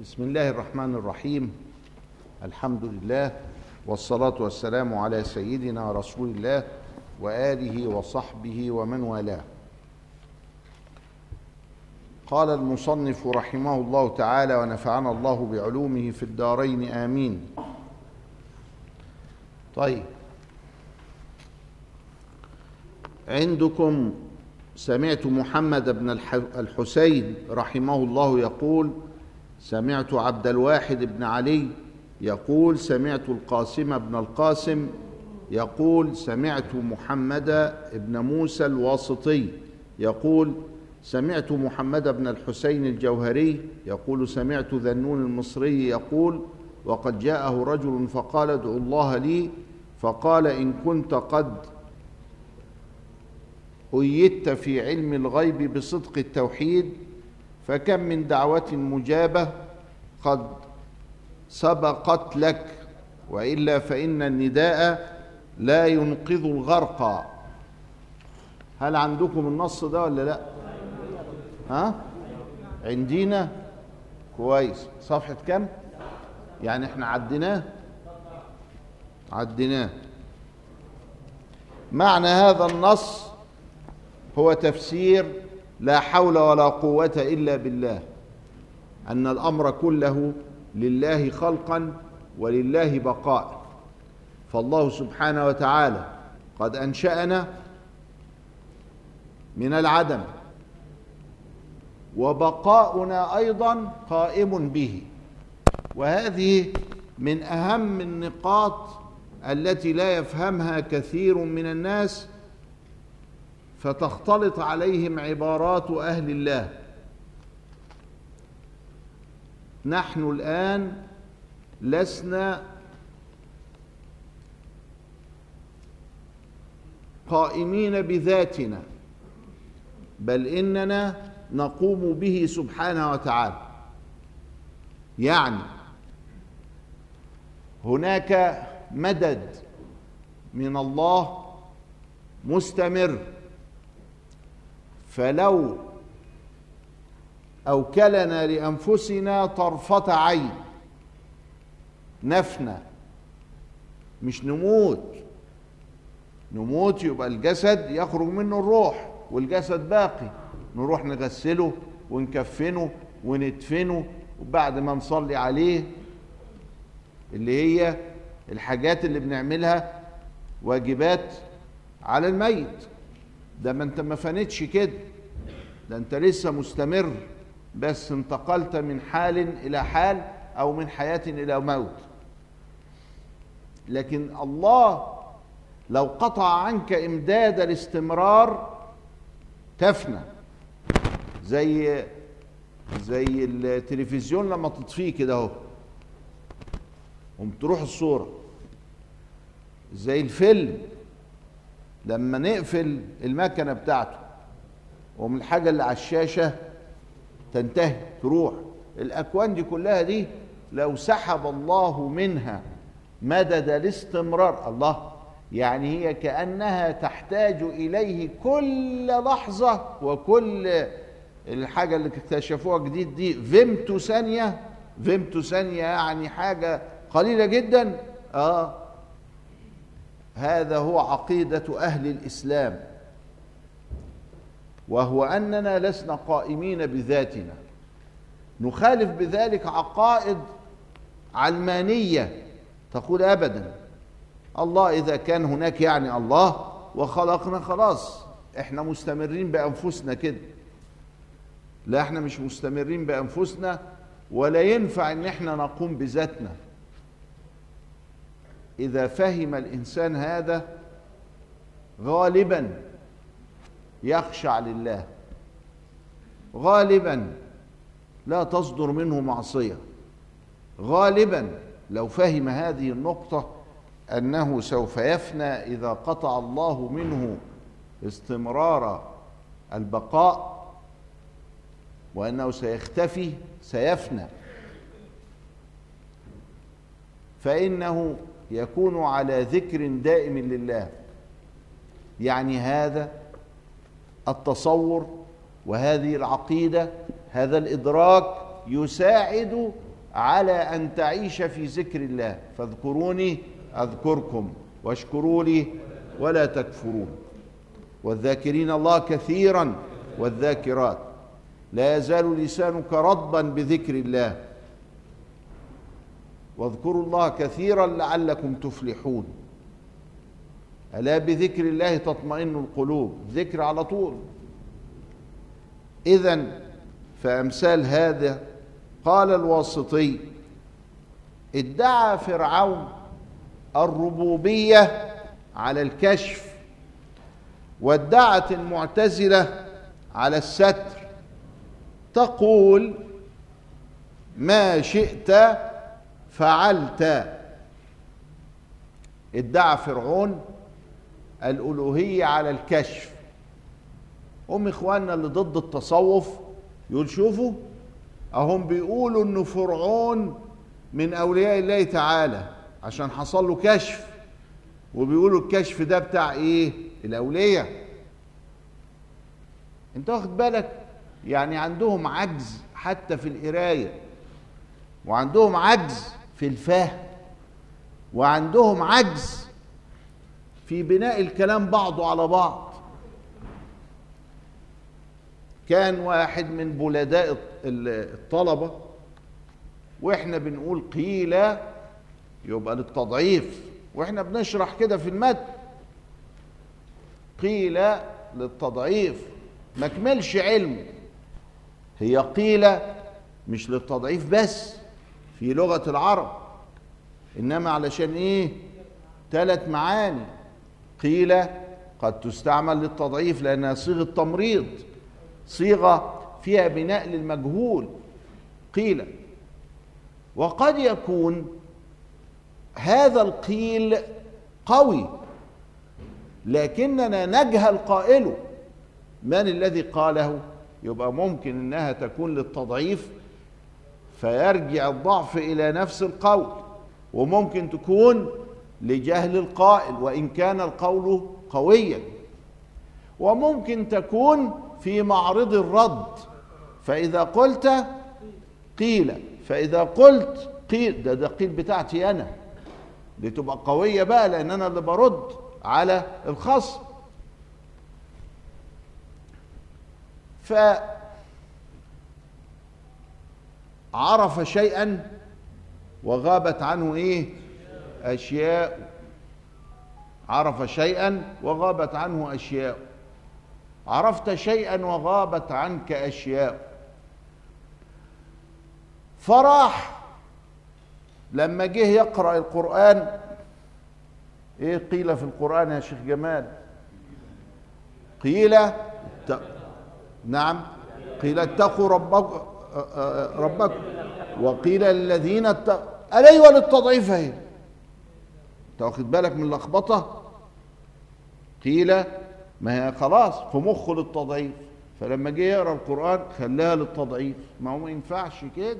بسم الله الرحمن الرحيم. الحمد لله والصلاة والسلام على سيدنا رسول الله وآله وصحبه ومن والاه. قال المصنف رحمه الله تعالى ونفعنا الله بعلومه في الدارين آمين. طيب، عندكم سمعت محمد بن الحسين رحمه الله يقول: سمعت عبد الواحد بن علي يقول: سمعت القاسم بن القاسم يقول: سمعت محمد بن موسى الواسطي يقول: سمعت محمد بن الحسين الجوهري يقول: سمعت ذنون المصري يقول: وقد جاءه رجل فقال: ادعو الله لي، فقال: إن كنت قد أيدت في علم الغيب بصدق التوحيد فكم من دعوة مجابة قد سبقت لك، وإلا فإن النداء لا ينقذ الغرق. هل عندكم النص ده ولا لا؟ ها؟ عندنا كويس. صفحة كم؟ يعني احنا عديناه. معنى هذا النص هو تفسير لا حول ولا قوة إلا بالله، أن الأمر كله لله خلقا ولله بقاء. فالله سبحانه وتعالى قد أنشأنا من العدم، وبقاؤنا أيضا قائم به. وهذه من أهم النقاط التي لا يفهمها كثير من الناس، فتختلط عليهم عبارات أهل الله. نحن الآن لسنا قائمين بذاتنا، بل إننا نقوم به سبحانه وتعالى. يعني هناك مدد من الله مستمر، فلو أوكلنا لأنفسنا طرفة عين نفنى، مش نموت يبقى الجسد يخرج منه الروح والجسد باقي، نروح نغسله ونكفنه وندفنه، وبعد ما نصلي عليه، اللي هي الحاجات اللي بنعملها واجبات على الميت. ده ما انت ما فانتش كده، ده انت لسه مستمر، بس انتقلت من حال إلى حال أو من حياة إلى موت. لكن الله لو قطع عنك إمداد الاستمرار تفنى، زي التلفزيون لما تطفيه كده اهو تروح الصورة، زي الفيلم لما نقفل المكنة بتاعته ومن الحاجة اللي على الشاشة تنتهي تروح. الأكوان دي كلها دي لو سحب الله منها مدد الاستمرار، الله يعني هي كأنها تحتاج إليه كل لحظة، وكل الحاجة اللي اكتشفوها جديد دي فيمتو ثانية يعني حاجة قليلة جدا. هذا هو عقيدة أهل الإسلام، وهو أننا لسنا قائمين بذاتنا. نخالف بذلك عقائد علمانية تقول أبدا الله إذا كان هناك يعني الله وخلقنا خلاص احنا مستمرين بأنفسنا كده. لا، احنا مش مستمرين بأنفسنا، ولا ينفع ان احنا نقوم بذاتنا. إذا فهم الإنسان هذا غالبا يخشع لله، غالبا لا تصدر منه معصية، غالبا لو فهم هذه النقطة أنه سوف يفنى إذا قطع الله منه استمرار البقاء، وأنه سيختفي سيفنى، فإنه يكون على ذكر دائم لله. يعني هذا التصور وهذه العقيدة، هذا الإدراك يساعد على أن تعيش في ذكر الله، فاذكروني أذكركم واشكروا لي ولا تكفرون. والذاكرين الله كثيرا والذاكرات، لا يزال لسانك رطبا بذكر الله. واذكروا الله كثيرا لعلكم تفلحون. ألا بذكر الله تطمئن القلوب، ذكر على طول. إذن فأمثال هذا. قال الواسطي: ادعى فرعون الربوبية على الكشف، وادعت المعتزلة على الستر. تقول ما شئت فعلت. ادعى فرعون الألوهية على الكشف. إخواننا اللي ضد التصوف يقول شوفوا أهم بيقولوا إن فرعون من أولياء الله تعالى عشان حصل له كشف، وبيقولوا الكشف ده بتاع إيه؟ الأولياء. أنت واخد بالك؟ يعني عندهم عجز حتى في القراية، وعندهم عجز في الفهم، وعندهم عجز في بناء الكلام بعضه على بعض. كان واحد من بلداء الطلبة واحنا بنقول قيل يبقى للتضعيف، واحنا بنشرح كده في المتن قيل للتضعيف، ما كملش علمه. هي قيل مش للتضعيف بس في لغة العرب، إنما علشان إيه؟ 3 معاني. قيل قد تستعمل للتضعيف لأنها صيغة تمريض، صيغة فيها بناء للمجهول. قيل. وقد يكون هذا القيل قوي لكننا نجهل قائله من الذي قاله، يبقى ممكن انها تكون للتضعيف فيرجع الضعف الى نفس القول، وممكن تكون لجهل القائل وان كان القول قويا، وممكن تكون في معرض الرد. فاذا قلت قيل، فاذا قلت قيل، ده قيل بتاعتي انا، دي تبقى قويه بقى لان انا اللي برد على الخصم. فعرف شيئا وغابت عنه ايه؟ اشياء. عرف شيئا وغابت عنه اشياء. عرفت شيئا وغابت عنك اشياء. فراح لما جه يقرأ القرآن، ايه قيل في القرآن يا شيخ جمال؟ قيل نعم، قيل اتقوا ربكم وقيل للذين اتقوا. أيوة للتضعيف اهي. انت واخد بالك من اللخبطة؟ قيل ما هي خلاص في مخه للتضعيف، فلما جه يقرأ القرآن خلاها للتضعيف. ما هو ما ينفعش كده.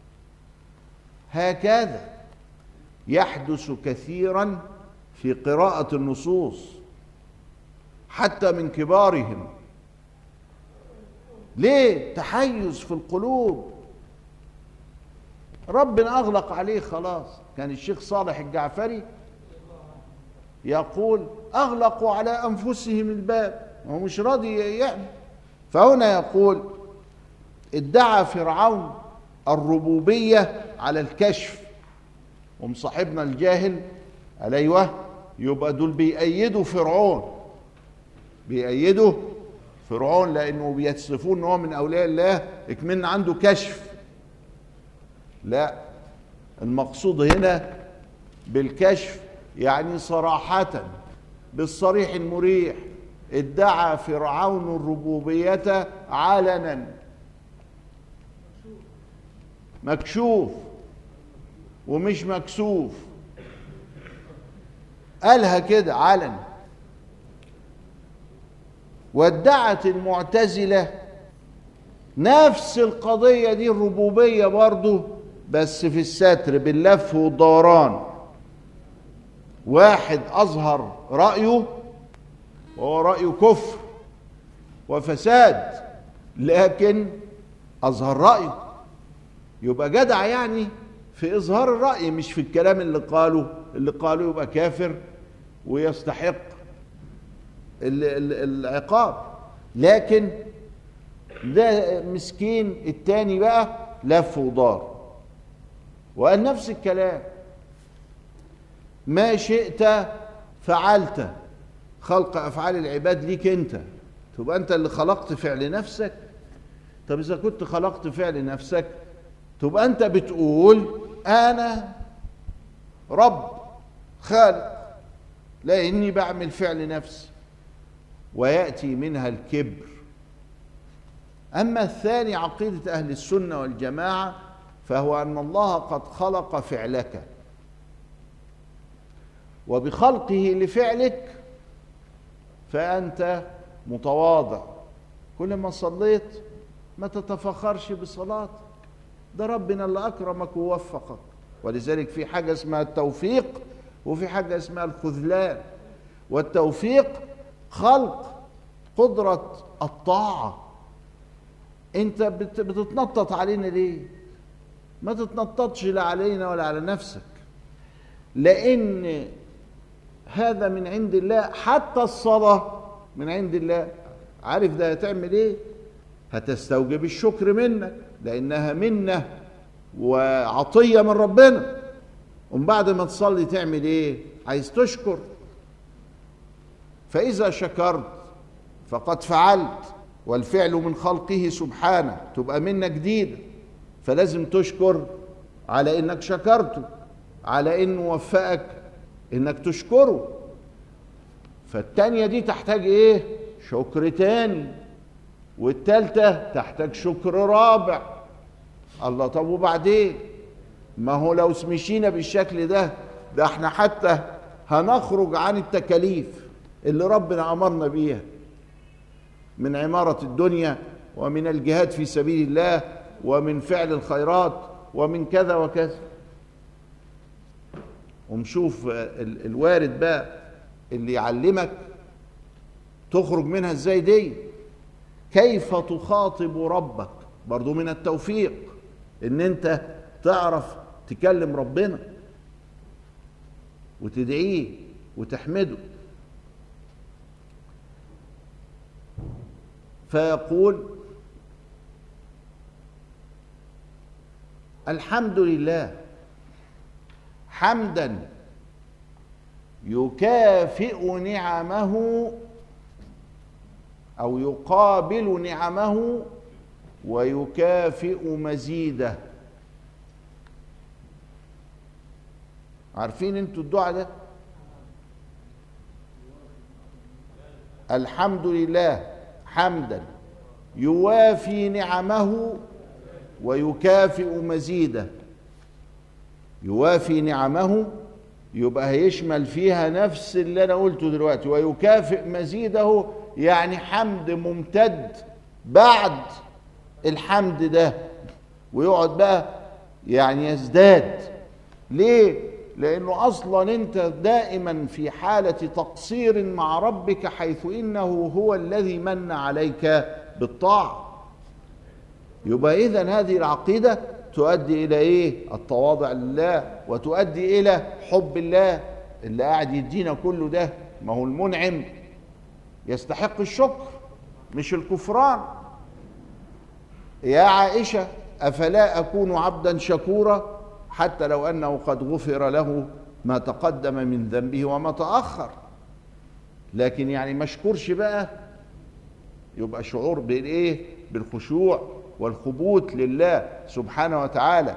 هكذا يحدث كثيرا في قراءة النصوص حتى من كبارهم. ليه؟ تحيز في القلوب، ربنا أغلق عليه خلاص. كان الشيخ صالح الجعفري يقول أغلقوا على أنفسهم الباب، هو مش راضي يعمل. فهنا يقول ادعى فرعون الربوبية على الكشف، ومصاحبنا الجاهل قال ايوه يبقى دول بيأيدوا فرعون، بيأيدوا فرعون لأنه بيصفون ان هو من أولياء الله اكمن عنده كشف. لا، المقصود هنا بالكشف يعني صراحة بالصريح المريح. ادعى فرعون الربوبية علنا، مكشوف ومش مكسوف، قالها كده علن. وادعت المعتزلة نفس القضية دي، الربوبية برضو، بس في الستر باللف والدوران. واحد أظهر رأيه وهو رأيه كفر وفساد، لكن أظهر رأيه يبقى جدع يعني في إظهار الرأي، مش في الكلام اللي قالوا يبقى كافر ويستحق العقاب. لكن ده مسكين التاني بقى لف ودار وقال نفس الكلام، ما شئت فعلت، خلق أفعال العباد ليك أنت، تبقى أنت اللي خلقت فعل نفسك. طب إذا كنت خلقت فعل نفسك تبقى أنت بتقول أنا رب خالق، لأني بعمل فعل نفسي، ويأتي منها الكبر. أما الثاني عقيدة أهل السنة والجماعة فهو أن الله قد خلق فعلك، وبخلقه لفعلك فأنت متواضع. كل ما صليت ما تتفخرش بصلاتك، ده ربنا اللي أكرمك ووفقك. ولذلك في حاجة اسمها التوفيق وفي حاجة اسمها الخذلان. والتوفيق خلق قدرة الطاعة. انت بتتنطط علينا ليه؟ ما تتنططش لا علينا ولا على نفسك، لأن هذا من عند الله. حتى الصلاة من عند الله. عارف ده هتعمل ايه؟ هتستوجب الشكر منك، لأنها منة وعطية من ربنا. ومن بعد ما تصلي تعمل ايه؟ عايز تشكر. فإذا شكرت فقد فعلت، والفعل من خلقه سبحانه، تبقى منة جديدة، فلازم تشكر على انك شكرته، على انه وفقك انك تشكره. فالتانية دي تحتاج ايه؟ شكر تاني، والتالتة تحتاج شكر رابع. الله، طب وبعدين؟ ما هو لو مشينا بالشكل ده احنا حتى هنخرج عن التكاليف اللي ربنا امرنا بيها من عمارة الدنيا ومن الجهاد في سبيل الله ومن فعل الخيرات ومن كذا وكذا. ونشوف الوارد بقى اللي يعلمك تخرج منها ازاي دي. كيف تخاطب ربك، برضو من التوفيق ان انت تعرف تكلم ربنا وتدعيه وتحمده. فيقول الحمد لله حمدا يكافئ نعمه أو يقابل نعمه ويكافئ مزيده. عارفين انتوا الدعاء ده؟ الحمد لله حمدا يوافي نعمه ويكافئ مزيده. يوافي نعمه يبقى هيشمل فيها نفس اللي انا قلته دلوقتي، ويكافئ مزيده يعني حمد ممتد بعد الحمد ده، ويقعد بقى يعني يزداد. ليه؟ لأنه أصلا أنت دائما في حالة تقصير مع ربك، حيث إنه هو الذي من عليك بالطاعة. يبقى إذن هذه العقيدة تؤدي إلى إيه؟ التواضع لله، وتؤدي إلى حب الله اللي قاعد يدينا كله ده. ما هو المنعم يستحق الشكر مش الكفران. يا عائشة أفلا أكون عبدا شكورا حتى لو أنه قد غفر له ما تقدم من ذنبه وما تأخر. لكن يعني مشكورش بقى، يبقى شعور بالإيه؟ بالخشوع والخبوت لله سبحانه وتعالى،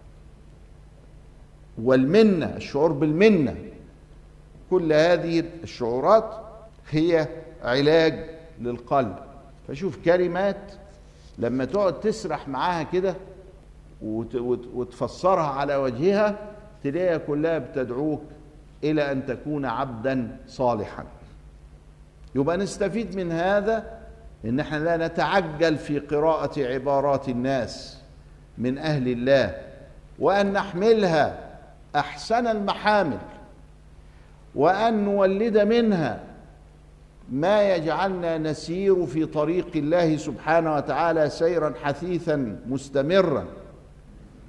والمنة، الشعور بالمنة. كل هذه الشعورات هي علاج للقلب. فشوف كلمات لما تقعد تسرح معاها كده وتفسرها على وجهها تلاقيها كلها بتدعوك إلى أن تكون عبدا صالحا. يبقى نستفيد من هذا إن احنا لا نتعجل في قراءة عبارات الناس من أهل الله، وأن نحملها أحسن المحامل، وأن نولد منها ما يجعلنا نسير في طريق الله سبحانه وتعالى سيرا حثيثا مستمرا.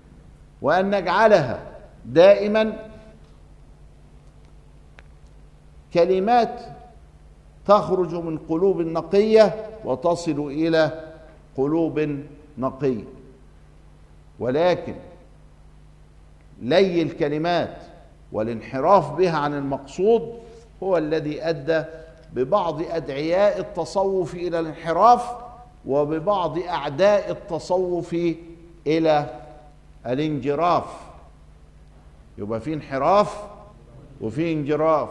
وأن نجعلها دائما كلمات تخرج من قلوب نقية وتصل إلى قلوب نقية. ولكن لي الكلمات والانحراف بها عن المقصود هو الذي أدى ببعض أدعياء التصوف إلى الانحراف، وببعض أعداء التصوف إلى الانجراف. يبقى في انحراف وفي انجراف،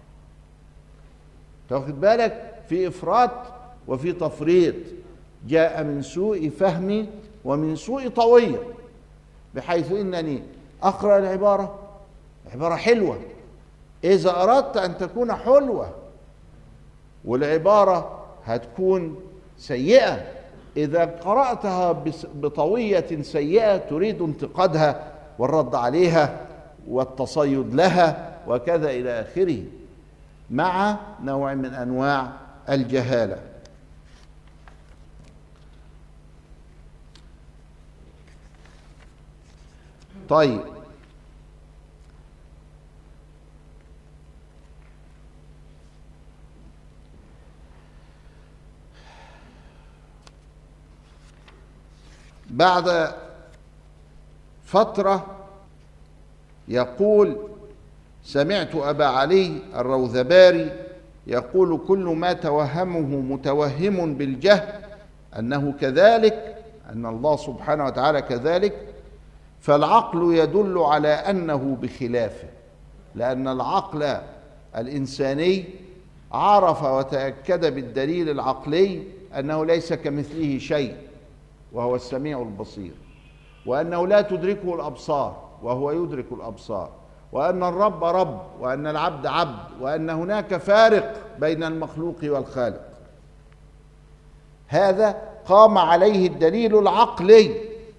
تاخد بالك، في إفراط وفي تفريط، جاء من سوء فهمي ومن سوء طوية، بحيث إنني أقرأ العبارة حلوة إذا أردت أن تكون حلوة، والعبارة هتكون سيئة إذا قرأتها بطوية سيئة تريد انتقادها والرد عليها والتصيد لها وكذا إلى آخره، مع نوع من أنواع الجهالة. طيب، بعد فترة يقول: سمعت أبا علي الروذباري يقول: كل ما توهمه متوهم بالجهل أنه كذلك، أن الله سبحانه وتعالى كذلك، فالعقل يدل على أنه بخلافه، لأن العقل الإنساني عرف وتأكد بالدليل العقلي أنه ليس كمثله شيء وهو السميع البصير، وأنه لا تدركه الأبصار وهو يدرك الأبصار، وأن الرب رب وأن العبد عبد، وأن هناك فارق بين المخلوق والخالق. هذا قام عليه الدليل العقلي،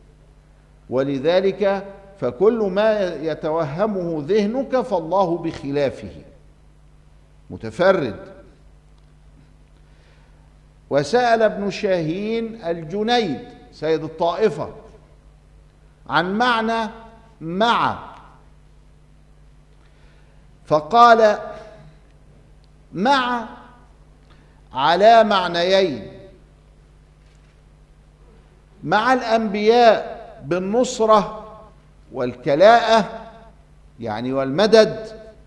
ولذلك فكل ما يتوهمه ذهنك فالله بخلافه متفرد. وسأل ابن شاهين الجنيد سيد الطائفة عن معنى مع، فقال: مع على معنيين: مع الأنبياء بالنصرة والكلاءة يعني والمدد،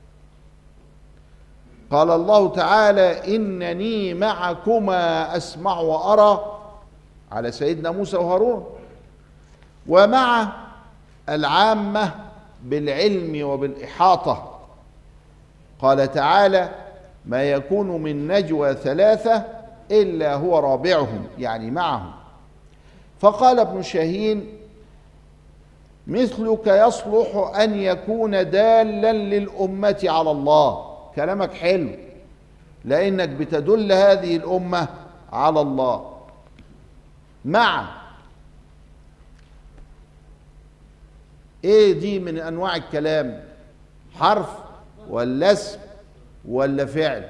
قال الله تعالى: إنني معكما أسمع وأرى، على سيدنا موسى وهارون. ومع العامة بالعلم وبالإحاطة، قال تعالى: ما يكون من نجوى ثلاثة إلا هو رابعهم، يعني معهم. فقال ابن شاهين: مثلك يصلح أن يكون دالا للأمة على الله. كلامك حلو، لأنك بتدل هذه الأمة على الله. مع ايه دي من انواع الكلام؟ حرف ولا اسم ولا فعل؟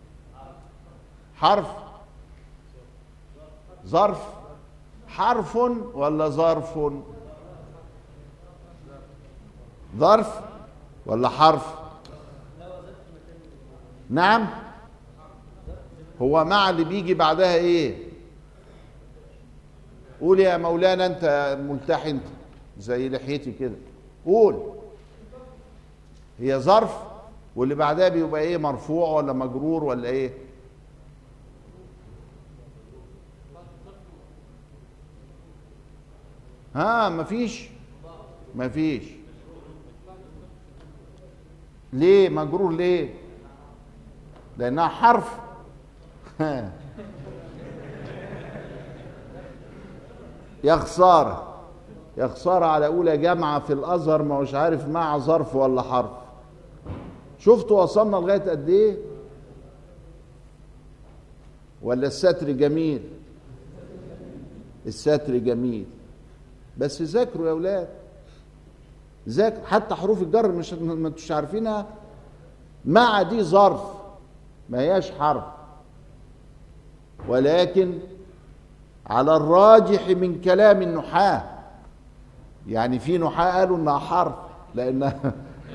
حرف، ظرف، حرف ولا ظرف؟ ظرف ولا حرف؟ نعم، هو مع اللي بيجي بعدها ايه؟ قول يا مولانا، انت ملتحي، انت زي لحيتي كده، قول. هي ظرف، واللي بعدها بيبقى ايه؟ مرفوع ولا مجرور ولا ايه؟ ها، مفيش. ليه مجرور؟ ليه؟ لانها حرف. يا خساره، يا خساره على اولى جامعه في الازهر ما مش عارف مع ظرف ولا حرف. شفتوا وصلنا لغايه قد ايه؟ ولا الستر جميل؟ الستر جميل، بس ذاكروا يا اولاد، ذاكروا. حتى حروف الجر مش ما انتوش عارفينها. مع دي ظرف، ما هياش حرف، ولكن على الراجح من كلام النحاة يعني في نحاة قالوا انها حرف لانها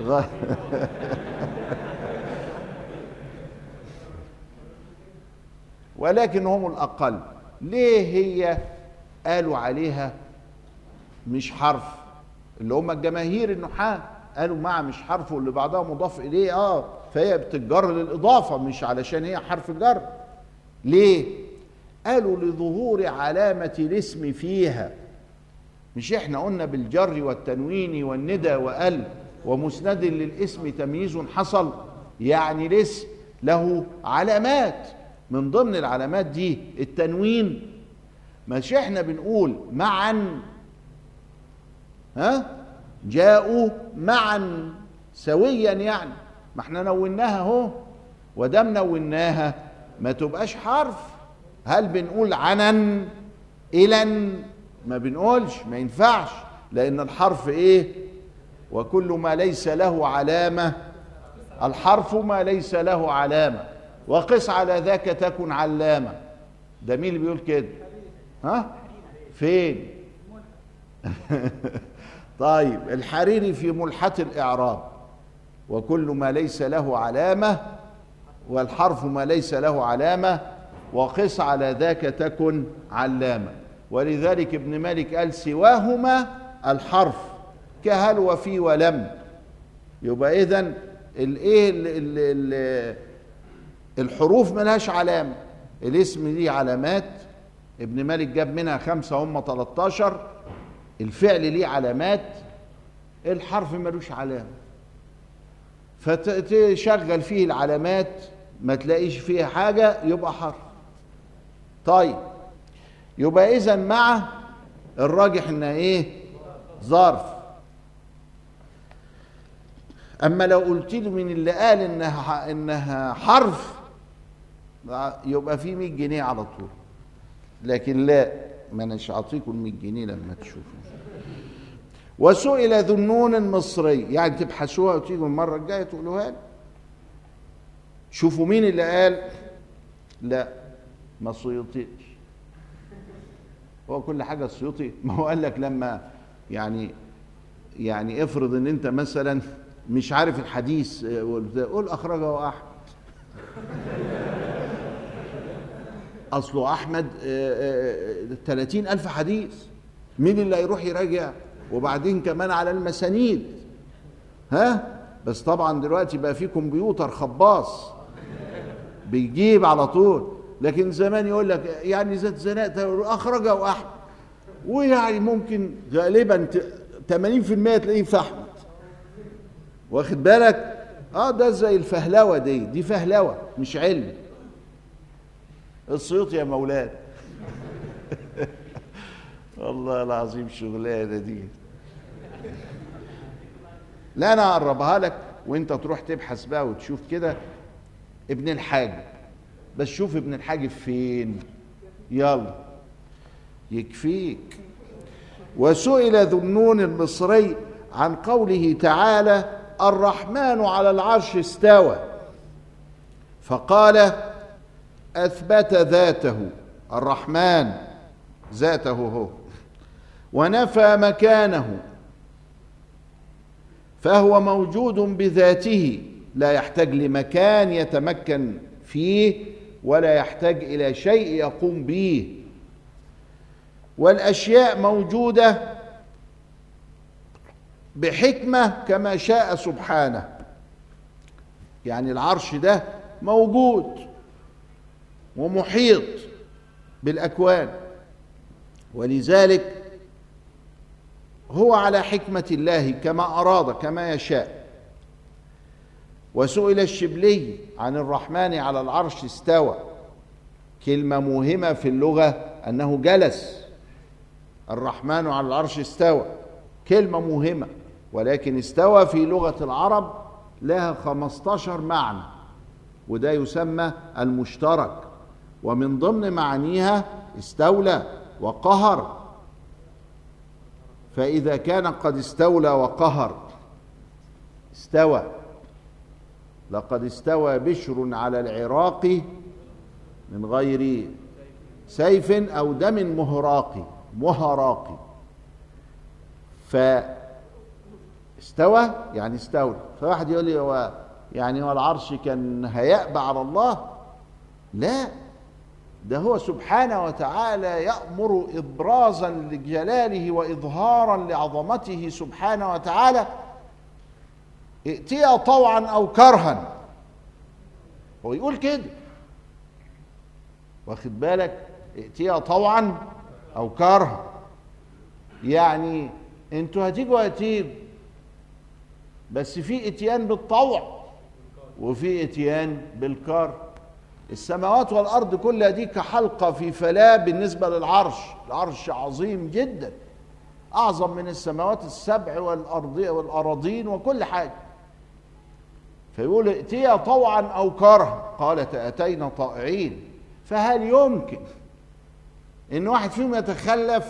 ولكن هم الاقل. ليه هي قالوا عليها مش حرف؟ اللي هم الجماهير النحاة قالوا مع مش حرف واللي بعدها مضاف اليه، فهي بتتجر للاضافه مش علشان هي حرف جر. ليه؟ قالوا لظهور علامه الاسم فيها. مش احنا قلنا بالجر والتنوين والندى وال ومسند للاسم تمييز حصل؟ يعني الاسم له علامات، من ضمن العلامات دي التنوين. مش احنا بنقول معا، جاءوا معا سويا، يعني ما احنا نوناها اهو، ودام نوناها ما تبقاش حرف. هل بنقول عنن إلى؟ ما بنقولش، ما ينفعش، لأن الحرف إيه؟ وكل ما ليس له علامة، الحرف ما ليس له علامة، وقس على ذاك تكن علامة. ده مين اللي بيقول كده؟ فين؟ طيب الحريري في ملحة الإعراب: وكل ما ليس له علامة، والحرف ما ليس له علامة، وقس على ذاك تكن علامة. ولذلك ابن مالك قال: سواهما الحرف كهل وفي ولم. يبقى إذن الحروف ملهاش علامة، الاسم ليه علامات. ابن مالك جاب منها 5 هم 13. الفعل ليه علامات، الحرف ملوش علامة، فتشغل فيه العلامات ما تلاقيش فيها حاجة يبقى حرف. طيب يبقى إذن مع الراجح إنها إيه؟ ظرف. أما لو قلت له من اللي قال إنها حرف يبقى فيه 100 جنيه على طول، لكن لا، ما أناش أعطيكم 100 جنيه لما تشوفوا. وسئل ذو النون المصري، يعني تبحثوها وتيجوا المرة الجاية تقولوها لي. شوفوا مين اللي قال لا ما السيوطيش. هو كل حاجة السيوطي؟ ما هو قال لك لما يعني افرض ان انت مثلا مش عارف الحديث، قول اخرجه احمد. اصله احمد 30,000 حديث، مين اللي هيروح يراجع؟ وبعدين كمان على المسانيد. بس طبعا دلوقتي بقى في كمبيوتر خباص بيجيب على طول، لكن زمان يقول لك يعني زنقت اخرجه احمد، ويعني ممكن غالبا 80% تلاقيه في احمد، واخد بالك؟ ده زي الفهلوه، دي فهلوه مش علم. السيوطي يا مولاد. والله العظيم شغلانه دي. لا انا اقربها لك وانت تروح تبحث بقى وتشوف كده. ابن الحاجب، بس شوف ابن الحاجب فين، يلا يكفيك. وسئل ذو النون المصري عن قوله تعالى: الرحمن على العرش استوى، فقال: أثبت ذاته، الرحمن ذاته هو، ونفى مكانه، فهو موجود بذاته، لا يحتاج لمكان يتمكن فيه، ولا يحتاج إلى شيء يقوم به. والأشياء موجودة بحكمة كما شاء سبحانه. يعني العرش ده موجود ومحيط بالأكوان، ولذلك هو على حكمة الله كما أراد كما يشاء. وسئل الشبلي عن الرحمن على العرش استوى، كلمة موهمة في اللغة أنه جلس. الرحمن على العرش استوى كلمة موهمة، ولكن استوى في لغة العرب لها 15 معنى، وده يسمى المشترك، ومن ضمن معانيها استولى وقهر. فإذا كان قد استولى وقهر استوى. لقد استوى بشر على العراق من غير سيف أو دم مهراق. فاستوى يعني استولى. فواحد يقول لي هو يعني هو العرش كان هيأبى على الله؟ لا، ده هو سبحانه وتعالى يأمر إبرازا لجلاله وإظهارا لعظمته سبحانه وتعالى، ائتيا طوعا أو كرها. هو يقول كده، واخد بالك؟ ائتيا طوعا أو كرها، يعني انتوا هتيجوا هتيجوا، بس في اتيان بالطوع وفي اتيان بالكر. السماوات والأرض كلها دي كحلقة في فلاة بالنسبة للعرش. العرش عظيم جدا، أعظم من السماوات السبع والأراضين وكل حاجة. فيقول ائتيا طوعا أو كرها، قالت أتينا طائعين. فهل يمكن إن واحد فيهم يتخلف؟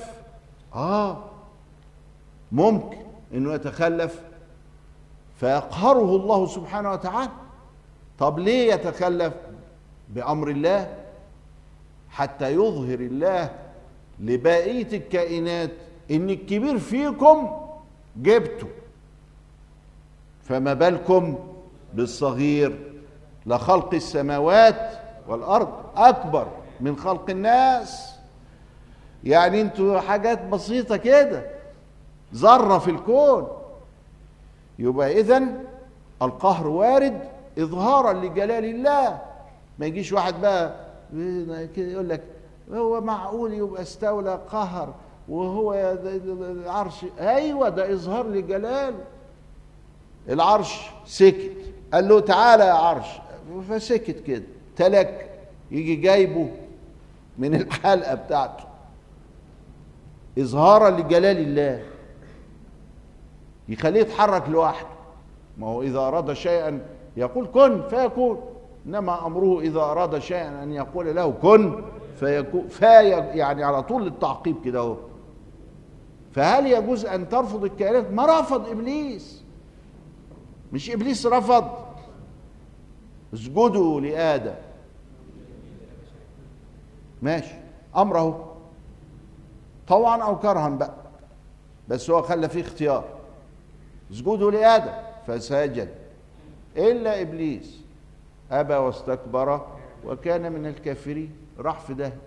ممكن إنه يتخلف فيقهره الله سبحانه وتعالى. طب ليه يتخلف؟ بأمر الله، حتى يظهر الله لبقية الكائنات إن الكبير فيكم جبته، فما بالكم بالصغير؟ لخلق السماوات والأرض أكبر من خلق الناس. يعني انتوا حاجات بسيطة كده، ذرة في الكون. يبقى إذن القهر وارد إظهارا لجلال الله. ما يجيش واحد بقى كده يقول لك هو معقول يبقى استولى قهر وهو العرش؟ ايوه، ده اظهار لجلاله. العرش سكت، قال له تعالى يا عرش، فسكت كده تلك، يجي جايبه من الحلقه بتاعته اظهارا لجلال الله، يخليه يتحرك لوحده. ما هو اذا اراد شيئا يقول كن فيكون، انما امره اذا اراد شيئا ان يقول له كن فيكون. يعني على طول التعقيب كده اهو. فهل يجوز ان ترفض الكائنات؟ ما رفض ابليس، مش ابليس رفض. اسجدوا لادم، ماشي، امره طوعا او كرها بقى، بس هو خلى فيه اختيار. اسجدوا لادم فسجد الا ابليس ابى واستكبر وكان من الكافرين، راح في ده.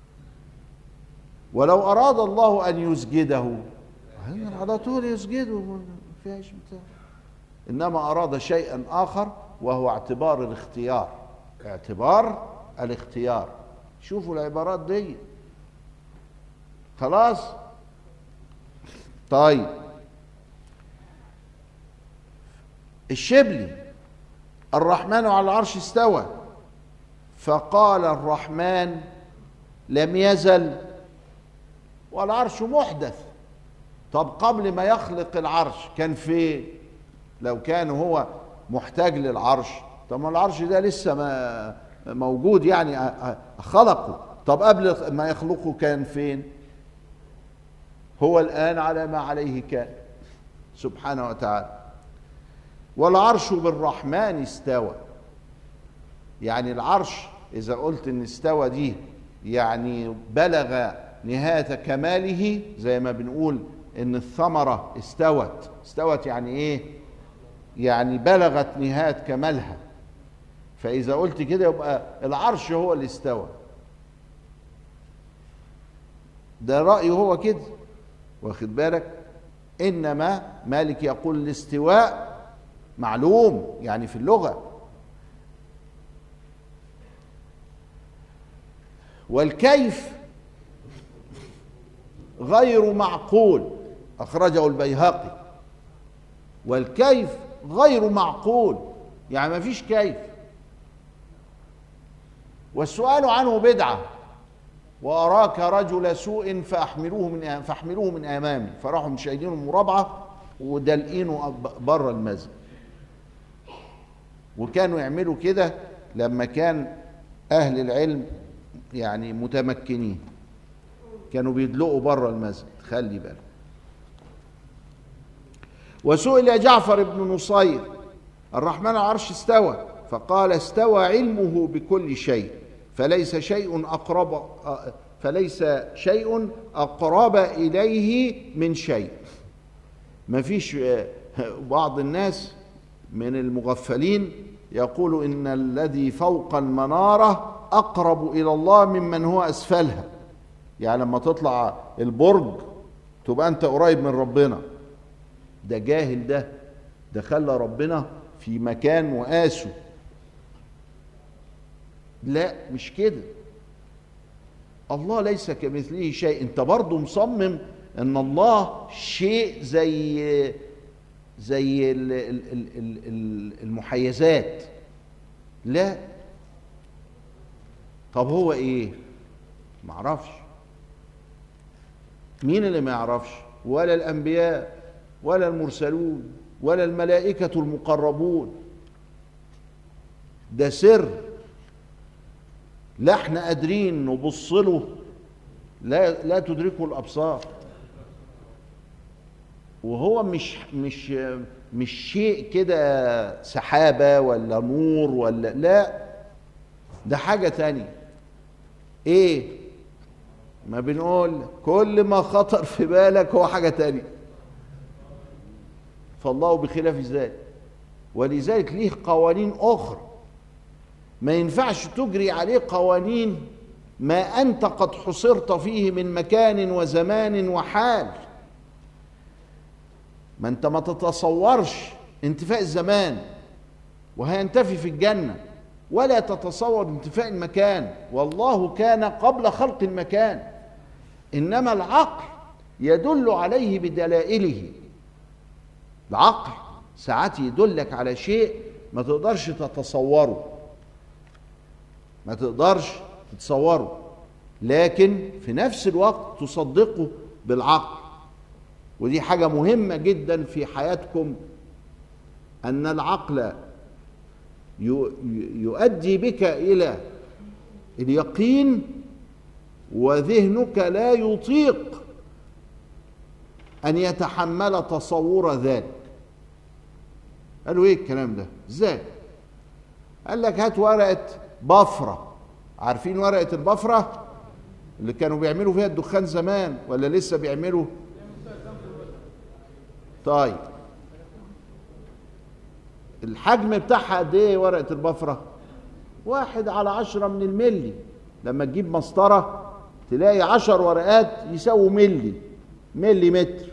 ولو اراد الله ان يسجده على طول يسجده، ما فيهاش بتاع. انما اراد شيئا اخر وهو اعتبار الاختيار، اعتبار الاختيار. شوفوا العبارات دي خلاص. طيب الشبلي الرحمن على العرش استوى، فقال الرحمن لم يزل والعرش محدث. طب قبل ما يخلق العرش كان فين؟ لو كان هو محتاج للعرش، طب ما العرش ده لسه ما موجود، يعني خلقه. طب قبل ما يخلقه كان فين؟ هو الآن على ما عليه كان سبحانه وتعالى. والعرش بالرحمن استوى، يعني العرش إذا قلت إن استوى دي يعني بلغ نهاية كماله، زي ما بنقول إن الثمرة استوت. استوت يعني إيه؟ يعني بلغت نهاية كمالها. فإذا قلت كده يبقى العرش هو اللي استوى. ده رأيه هو كده، واخد بالك؟ إنما مالك يقول الاستواء معلوم يعني في اللغة، والكيف غير معقول، أخرجه البيهقي. والكيف غير معقول، يعني ما فيش كيف. والسؤال عنه بدعة. وأراك رجل سوء فاحملوه من أمامي، فراحوا مشايلينه مرابعة ودلقينه بره المسجد. وكانوا يعملوا كده لما كان أهل العلم يعني متمكنين، كانوا بيدلقوا بره المسجد، خلي بالك. وسئل جعفر بن نصير الرحمن على العرش استوى، فقال استوى علمه بكل شيء، فليس شيء أقرب إليه من شيء. مفيش. بعض الناس من المغفلين يقول إن الذي فوق المنارة أقرب إلى الله ممن هو أسفلها، يعني لما تطلع البرج تبقى أنت قريب من ربنا. ده جاهل، ده خلى ربنا في مكان وقاسه. لا، مش كده. الله ليس كمثله شيء. انت برضو مصمم ان الله شيء زي المحيزات. لا. طب هو ايه؟ معرفش. مين اللي ما يعرفش؟ ولا الانبياء ولا المرسلون ولا الملائكة المقربون. ده سر لا احنا قادرين نبص له، لا تدركه الابصار. وهو مش شيء كده سحابة ولا نور ولا، لا، ده حاجة تانية. ايه؟ ما بنقول كل ما خطر في بالك هو حاجة تانية. فالله بخلاف ذلك، ولذلك ليه قوانين أخرى ما ينفعش تجري عليه قوانين ما أنت قد حصرت فيه من مكان وزمان وحال. ما أنت ما تتصورش انتفاء الزمان وهينتفي في الجنة، ولا تتصور انتفاء المكان، والله كان قبل خلق المكان. إنما العقل يدل عليه بدلائله. العقل ساعات يدلك على شيء ما تقدرش تتصوره، ما تقدرش تتصوره، لكن في نفس الوقت تصدقه بالعقل. ودي حاجة مهمة جدا في حياتكم، أن العقل يؤدي بك إلى اليقين، وذهنك لا يطيق أن يتحمل تصور ذلك. قالوا إيه الكلام ده؟ إزاي؟ قال لك هات ورقة بفرة. عارفين ورقة البفرة اللي كانوا بيعملوا فيها الدخان زمان، ولا لسه بيعملوا؟ طيب الحجم بتاعها قد ايه ورقة البفرة؟ 1/10 من الملي. لما تجيب مسطرة تلاقي 10 ورقات يساووا ملي متر.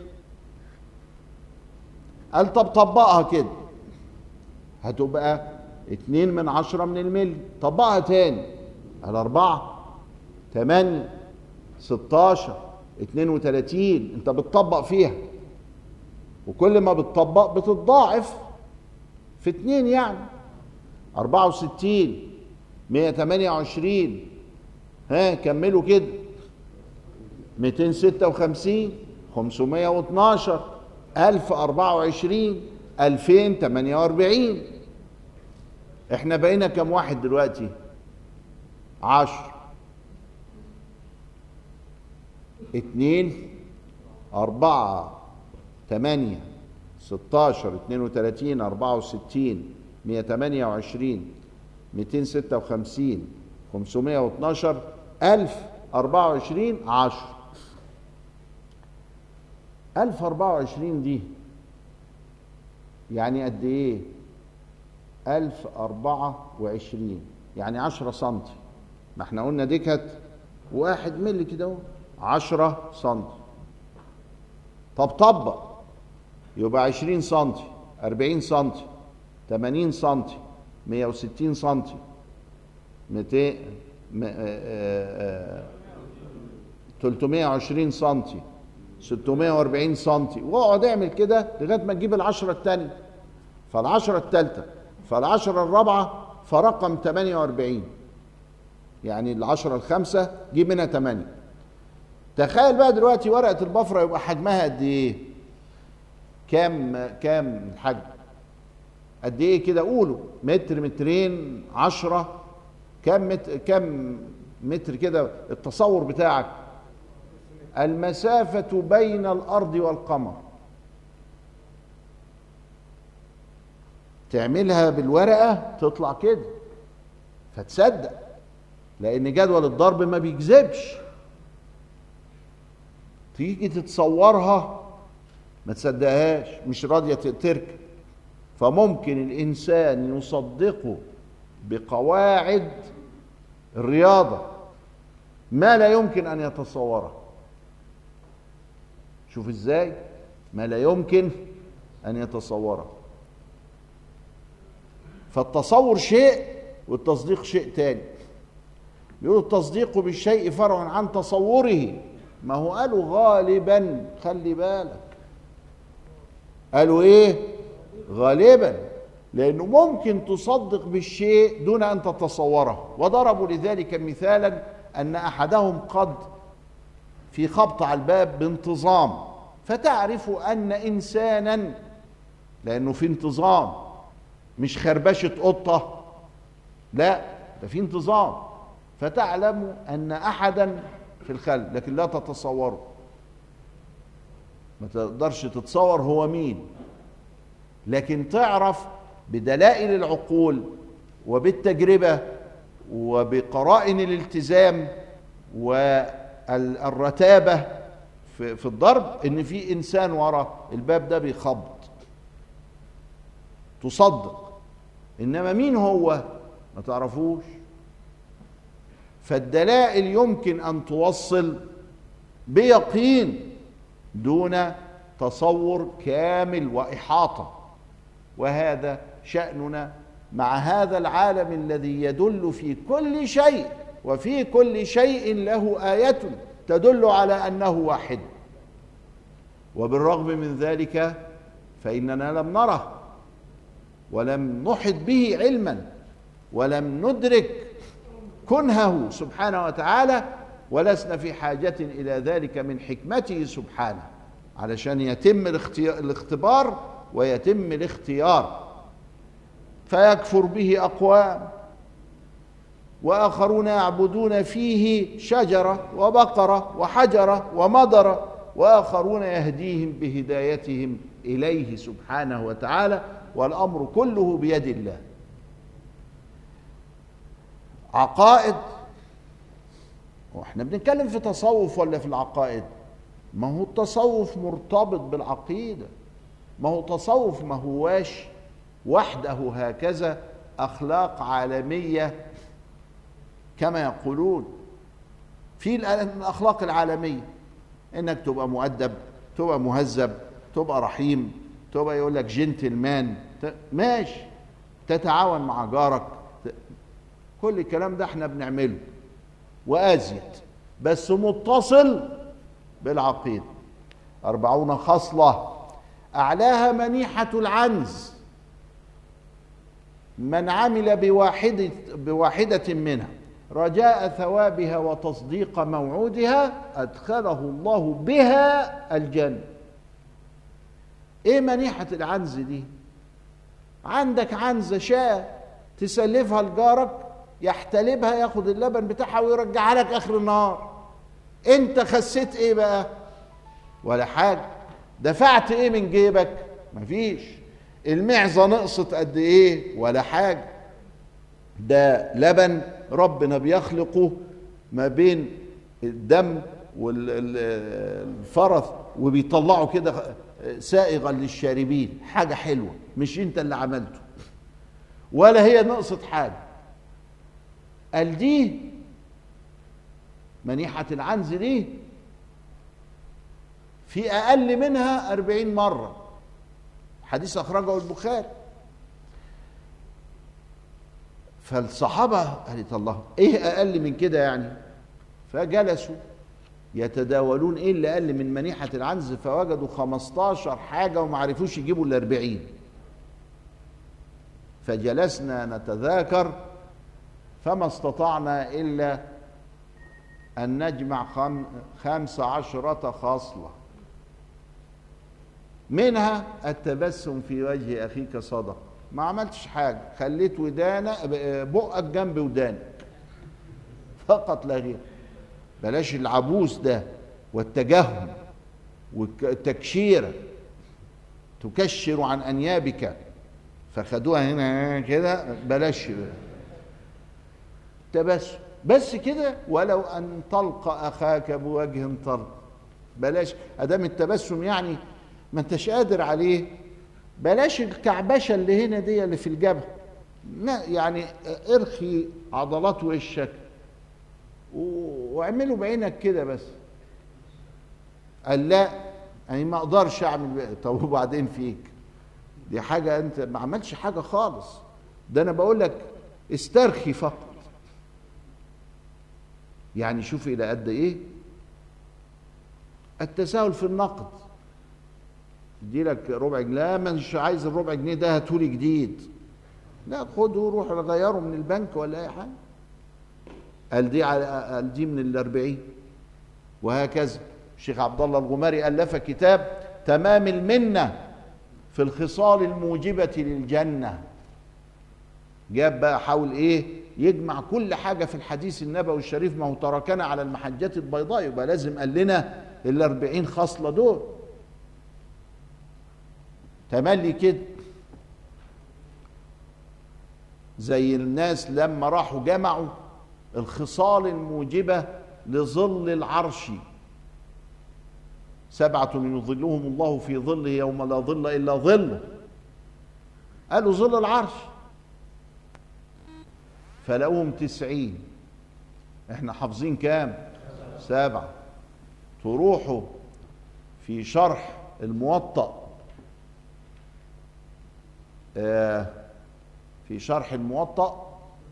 قال طب طبقها كده هتبقى 2/10 من الملي. طبقها تاني. قال 4 8 16 32. انت بتطبق فيها، وكل ما بتطبق بتتضاعف في 2، يعني 64 128. ها كملوا كده. 256 512 1024 2048. احنا بقينا كم واحد دلوقتي؟ 10. 2 4 8 16 32 64 128 256 512 1024 10. 1024 دي يعني قد ايه؟ 1024 يعني 10 سنتي. ما احنا قلنا دي كانت 1 ملي كده اهو، 10 سنتي. طب طبق يبقى 20 سنتي 40 سنتي 80 سنتي 160 سنتي 200 320 سنتي 640 سنتي، واقعد اعمل كده لغايه ما تجيب العشرة الثانيه، فالعشرة الثالثه، فالعشرة الرابعه، فرقم 48. يعني العشرة الخامسه جيب منها 8. تخيل بقى دلوقتي ورقه البفره يبقى حجمها قد ايه؟ كام الحجم؟ قد ايه كده؟ قولوا متر، مترين، 10. كم متر كده التصور بتاعك؟ المسافة بين الأرض والقمر. تعملها بالورقة تطلع كده فتصدق، لأن جدول الضرب ما بيكذبش. تيجي تتصورها ما تصدقهاش، مش راضية تركب. فممكن الإنسان يصدقه بقواعد الرياضة ما لا يمكن أن يتصوره. شوف إزاي، ما لا يمكن أن يتصوره. فالتصور شيء والتصديق شيء تاني. بيقول التصديق بالشيء فرع عن تصوره. ما هو قالوا غالبا، خلي بالك، قالوا ايه؟ غالبا، لانه ممكن تصدق بالشيء دون ان تتصوره. وضربوا لذلك مثالا ان احدهم قد في خبط على الباب بانتظام، فتعرف ان انسانا، لانه في انتظام، مش خربشه قطه، لا ده في انتظام، فتعلم ان احدا في الخلف، لكن لا تتصوره، ما تقدرش تتصور هو مين، لكن تعرف بدلائل العقول وبالتجربة وبقرائن الالتزام والرتابة في الضرب ان في انسان ورا الباب ده بيخبط، تصدق. انما مين هو ما تعرفوش. فالدلائل يمكن ان توصل بيقين دون تصور كامل وإحاطة. وهذا شأننا مع هذا العالم الذي يدل في كل شيء، وفي كل شيء له آية تدل على أنه واحد، وبالرغم من ذلك فإننا لم نره ولم نحط به علما ولم ندرك كنهه سبحانه وتعالى، ولسنا في حاجة إلى ذلك من حكمته سبحانه، علشان يتم الاختبار ويتم الاختيار. فيكفر به أقوام وآخرون يعبدون فيه شجرة وبقرة وحجرة ومضرة، وآخرون يهديهم بهدايتهم إليه سبحانه وتعالى، والأمر كله بيد الله. عقائد، واحنا بنتكلم في تصوف ولا في العقائد؟ ما هو التصوف مرتبط بالعقيدة، ما هو تصوف ما هواش وحده هكذا أخلاق عالمية كما يقولون. في الأخلاق العالمية إنك تبقى مؤدب، تبقى مهذب، تبقى رحيم، تبقى يقول لك جنتلمان، ماشي، تتعاون مع جارك، كل الكلام ده احنا بنعمله وأزيد، بس متصل بالعقيدة. 40 خصلة أعلاها منيحة العنز، من عمل بواحدة منها رجاء ثوابها وتصديق موعودها أدخله الله بها الجنة. إيه منيحة العنز دي؟ عندك عنزة شاة تسلفها لجارك، يحتلبها، ياخد اللبن بتاعها ويرجعها لك آخر النهار. أنت خسيت إيه بقى؟ ولا حاجة. دفعت إيه من جيبك؟ مفيش. المعزة نقصت قد إيه؟ ولا حاجة. ده لبن ربنا بيخلقه ما بين الدم والفرث وبيطلعه كده سائغا للشاربين، حاجة حلوة، مش انت اللي عملته، ولا هي نقصت حاجة. قال دي منيحة العنز دي في أقل منها 40 مرة، حديث أخرجه البخاري. فالصحابة قالت الله ايه أقل من كده يعني؟ فجلسوا يتداولون ايه اللي أقل من منيحة العنز، فوجدوا 15 حاجة وما عرفوش يجيبوا ال 40. فجلسنا نتذاكر فما استطعنا إلا أن نجمع 15 خصلة، منها التبسم في وجه أخيك صدقة. ما عملتش حاجة، خليت بقك جنب ودانك فقط لا غير. بلاش العبوس ده والتجهم والتكشير، تكشر عن أنيابك، فخدوها هنا كده، بلاش تبسم بس كده. ولو أن تلقى أخاك بوجه طلق، بلاش أدام التبسم يعني ما انتش قادر عليه، بلاش الكعبشه اللي هنا دي اللي في الجبهه، يعني ارخي عضلات وشك واعمله بعينك كده بس. قال لا انا ما اقدرش اعمل. طب وبعدين فيك دي حاجه، انت ما عملش حاجه خالص، ده انا بقول لك استرخي فقط. يعني شوف الى قد ايه التساهل في النقد. ادي لك ربع جنيه، لا مش عايز الربع جنيه ده، هاتولي جديد. لا خده روح غيره من البنك ولا اي حاجه. قال دي من ال40. وهكذا الشيخ عبد الله الغماري الف كتاب تمام المنه في الخصال الموجبه للجنه. جاب بقى حاول ايه يجمع كل حاجه في الحديث النبوي الشريف، ما هو تركنا على المحجه البيضاء، يبقى لازم قال لنا ال40 خصله دول تملي كده. زي الناس لما راحوا جمعوا الخصال الموجبة لظل العرش، 7 يظلهم الله في ظله يوم لا ظل إلا ظله، قالوا ظل العرش، فلقوهم 90. احنا حافظين كام؟ 7. تروحوا في شرح الموطأ، في شرح الموطأ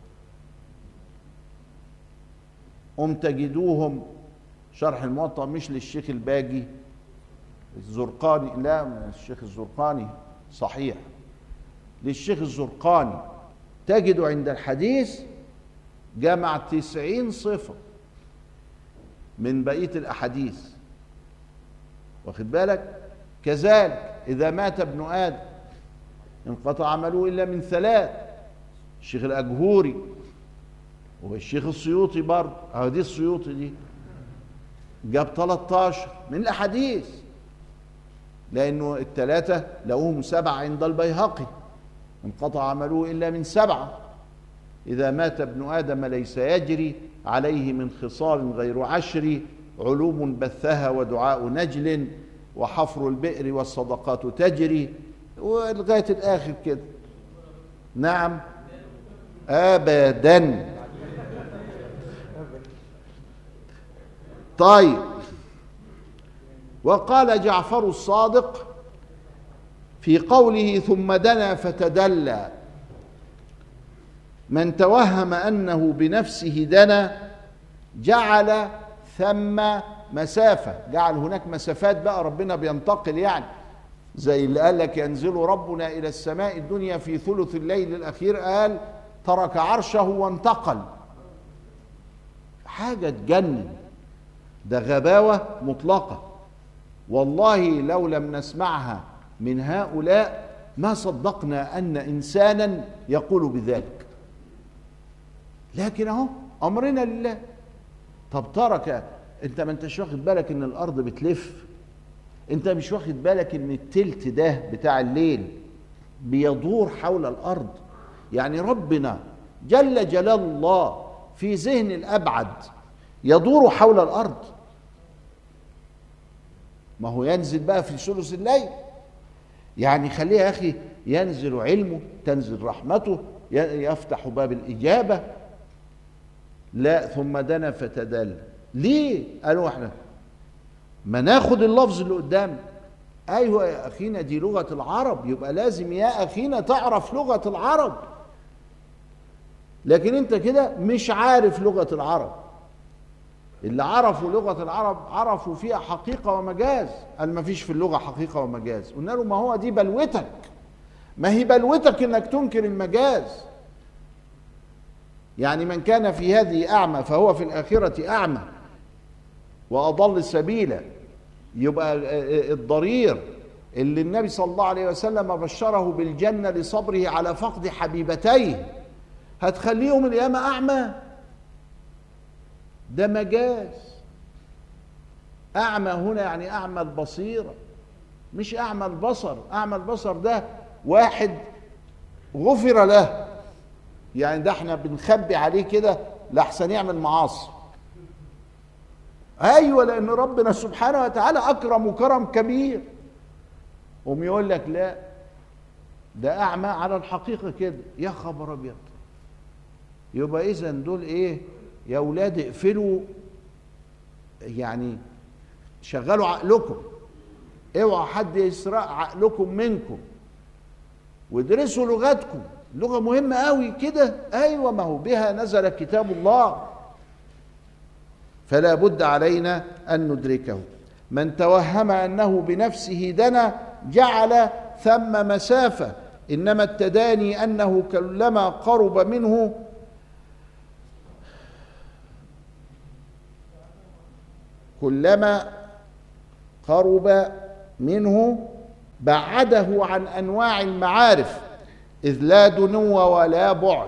تجدوهم. شرح الموطأ مش للشيخ الباجي الزرقاني، لا الشيخ الزرقاني صحيح، للشيخ الزرقاني. تجدوا عند الحديث جمع 90 صفة من بقية الأحاديث، واخد بالك؟ كذلك إذا مات ابن آدم انقطع عمله إلا من 3. الشيخ الأجهوري والشيخ السيوطي برضه، دي السيوطي دي جاب 13 من الأحاديث، لأنه ال3 لقوهم 7 عند البيهقي، انقطع عمله إلا من 7. إذا مات ابن آدم ليس يجري عليه من خصال غير 10، علوم بثها ودعاء نجل، وحفر البئر والصدقات تجري، ولغاية الآخر كده. نعم أبدا. طيب، وقال جعفر الصادق في قوله ثم دنا فتدلى: من توهم أنه بنفسه دنا جعل ثم مسافة، جعل هناك مسافات بقى، ربنا بينتقل يعني، زي اللي قال لك ينزل ربنا إلى السماء الدنيا في ثلث الليل الأخير، قال ترك عرشه وانتقل. حاجة تجنن، ده غباوة مطلقة. والله لو لم نسمعها من هؤلاء ما صدقنا أن إنسانا يقول بذلك. لكن اهو أمرنا لله. طب ترك، انت ما انتش واخد بالك ان الأرض بتلف؟ انت مش واخد بالك ان التلت ده بتاع الليل بيدور حول الأرض؟ يعني ربنا جل جلال الله في ذهن الأبعد يدور حول الأرض. ما هو ينزل بقى في ثلث الليل، يعني خليه يا أخي ينزل علمه، تنزل رحمته، يفتح باب الإجابة. لا، ثم دنا فتدلى. ليه؟ قالوا احنا ما ناخد اللفظ اللي قدام. ايوه يا اخينا دي لغة العرب، يبقى لازم يا اخينا تعرف لغة العرب. لكن انت كده مش عارف لغة العرب. اللي عرفوا لغة العرب عرفوا فيها حقيقة ومجاز. قال ما فيش في اللغة حقيقة ومجاز. قلنا له ما هو دي بلوتك، ما هي بلوتك انك تنكر المجاز. يعني من كان في هذه أعمى فهو في الآخرة أعمى وأضل سبيلا. يبقى الضرير اللي النبي صلى الله عليه وسلم بشره بالجنة لصبره على فقد حبيبتيه هتخليهم القيامة أعمى؟ ده مجاز. أعمى هنا يعني أعمى البصيرة، مش أعمى البصر. أعمى البصر ده واحد غفر له، يعني ده احنا بنخبي عليه كده لحسن يعمل معاصي. ايوه، لان ربنا سبحانه وتعالى اكرم كرم كبير. قوم يقول لك لا ده أعمى على الحقيقة كده. يا خبر أبيض! يبقى إذا دول إيه يا أولاد؟ اقفلوا يعني، شغلوا عقلكم، اوعى حد يسرق عقلكم منكم، وادرسوا لغتكم. اللغة مهمة قوي كده. أيوة، ما هو بها نزل كتاب الله، فلا بد علينا أن ندركه. من توهم أنه بنفسه دنا جعل ثم مسافة، إنما التداني أنه كلما قرب منه بعده عن أنواع المعارف، إذ لا دنو ولا بعد.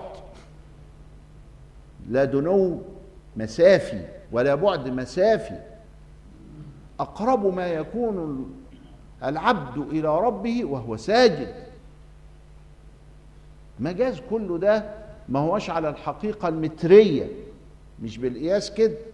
لا دنو مسافي ولا بعد مسافي. أقرب ما يكون العبد إلى ربه وهو ساجد. مجاز كله ده ما هوش على الحقيقة المترية، مش بالقياس كده.